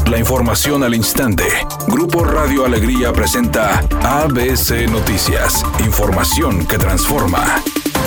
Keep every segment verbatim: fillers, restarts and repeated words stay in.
La información al instante. Grupo Radio Alegría presenta A B C Noticias. Información que transforma.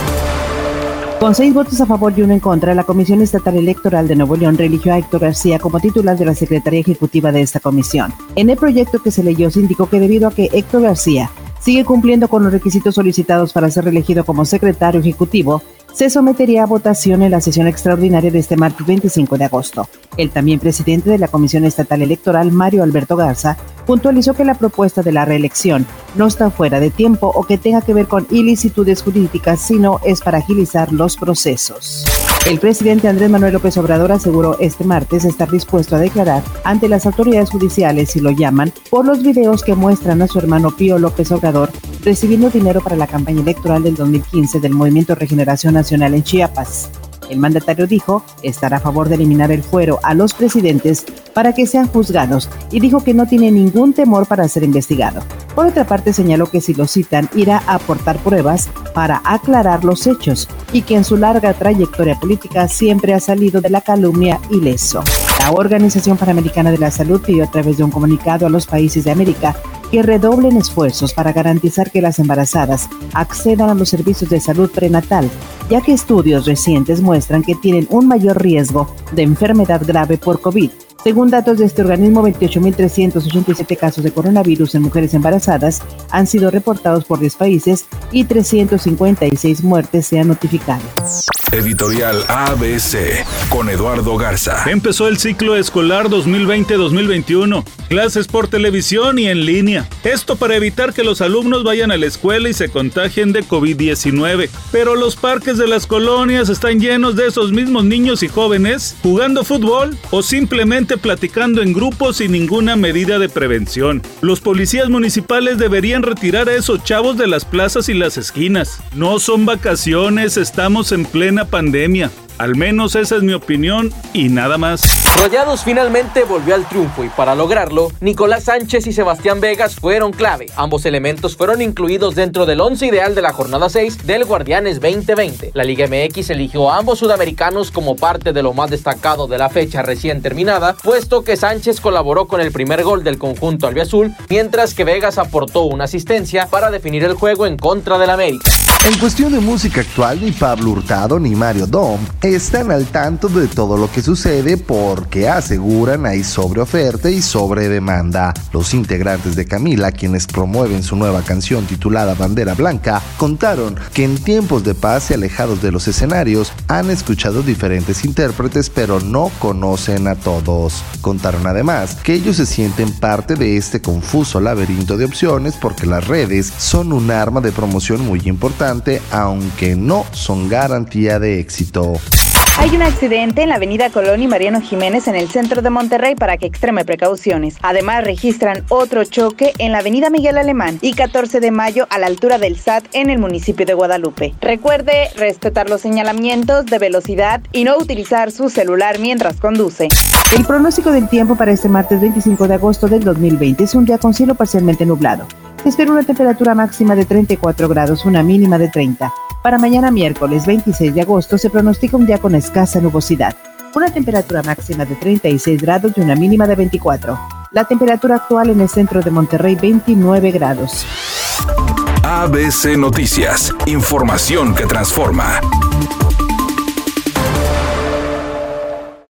Con seis votos a favor y uno en contra, la Comisión Estatal Electoral de Nuevo León reeligió a Héctor García como titular de la Secretaría Ejecutiva de esta comisión. En el proyecto que se leyó se indicó que debido a que Héctor García sigue cumpliendo con los requisitos solicitados para ser reelegido como secretario ejecutivo, se sometería a votación en la sesión extraordinaria de este martes veinticinco de agosto. El también presidente de la Comisión Estatal Electoral, Mario Alberto Garza, puntualizó que la propuesta de la reelección no está fuera de tiempo o que tenga que ver con ilicitudes jurídicas, sino es para agilizar los procesos. El presidente Andrés Manuel López Obrador aseguró este martes estar dispuesto a declarar ante las autoridades judiciales, si lo llaman, por los videos que muestran a su hermano Pío López Obrador recibiendo dinero para la campaña electoral del dos mil quince del Movimiento Regeneración Nacional en Chiapas. El mandatario dijo estar a favor de eliminar el fuero a los presidentes para que sean juzgados y dijo que no tiene ningún temor para ser investigado. Por otra parte, señaló que si lo citan irá a aportar pruebas para aclarar los hechos y que en su larga trayectoria política siempre ha salido de la calumnia ileso. La Organización Panamericana de la Salud pidió a través de un comunicado a los países de América que redoblen esfuerzos para garantizar que las embarazadas accedan a los servicios de salud prenatal, ya que estudios recientes muestran que tienen un mayor riesgo de enfermedad grave por COVID. Según datos de este organismo, veintiocho mil trescientos ochenta y siete casos de coronavirus en mujeres embarazadas han sido reportados por diez países y trescientas cincuenta y seis muertes se han notificado. Editorial A B C con Eduardo Garza. Empezó el ciclo escolar dos mil veinte dos mil veintiuno. Clases por televisión y en línea. Esto para evitar que los alumnos vayan a la escuela y se contagien de COVID diecinueve. Pero los parques de las colonias están llenos de esos mismos niños y jóvenes jugando fútbol o simplemente platicando en grupos sin ninguna medida de prevención. Los policías municipales deberían retirar a esos chavos de las plazas y las esquinas. No son vacaciones, estamos en plena pandemia. Al menos esa es mi opinión y nada más. Rayados finalmente volvió al triunfo y para lograrlo, Nicolás Sánchez y Sebastián Vegas fueron clave. Ambos elementos fueron incluidos dentro del once ideal de la jornada seis del Guardianes veinte veinte. La Liga M X eligió a ambos sudamericanos como parte de lo más destacado de la fecha recién terminada, puesto que Sánchez colaboró con el primer gol del conjunto albiazul, mientras que Vegas aportó una asistencia para definir el juego en contra del América. En cuestión de música actual, ni Pablo Hurtado ni Mario Dom están al tanto de todo lo que sucede porque aseguran hay sobreoferta y sobredemanda. Los integrantes de Camila, quienes promueven su nueva canción titulada Bandera Blanca, contaron que en tiempos de paz y alejados de los escenarios han escuchado diferentes intérpretes pero no conocen a todos. Contaron además que ellos se sienten parte de este confuso laberinto de opciones porque las redes son un arma de promoción muy importante, aunque no son garantía de éxito. Hay un accidente en la avenida Colón y Mariano Jiménez en el centro de Monterrey para que extreme precauciones. Además, registran otro choque en la avenida Miguel Alemán y catorce de mayo a la altura del S A T en el municipio de Guadalupe. Recuerde respetar los señalamientos de velocidad y no utilizar su celular mientras conduce. El pronóstico del tiempo para este martes veinticinco de agosto del dos mil veinte es un día con cielo parcialmente nublado. Se espera una temperatura máxima de treinta y cuatro grados, una mínima de treinta. Para mañana miércoles veintiséis de agosto se pronostica un día con escasa nubosidad. Una temperatura máxima de treinta y seis grados y una mínima de veinticuatro. La temperatura actual en el centro de Monterrey, veintinueve grados. A B C Noticias. Información que transforma.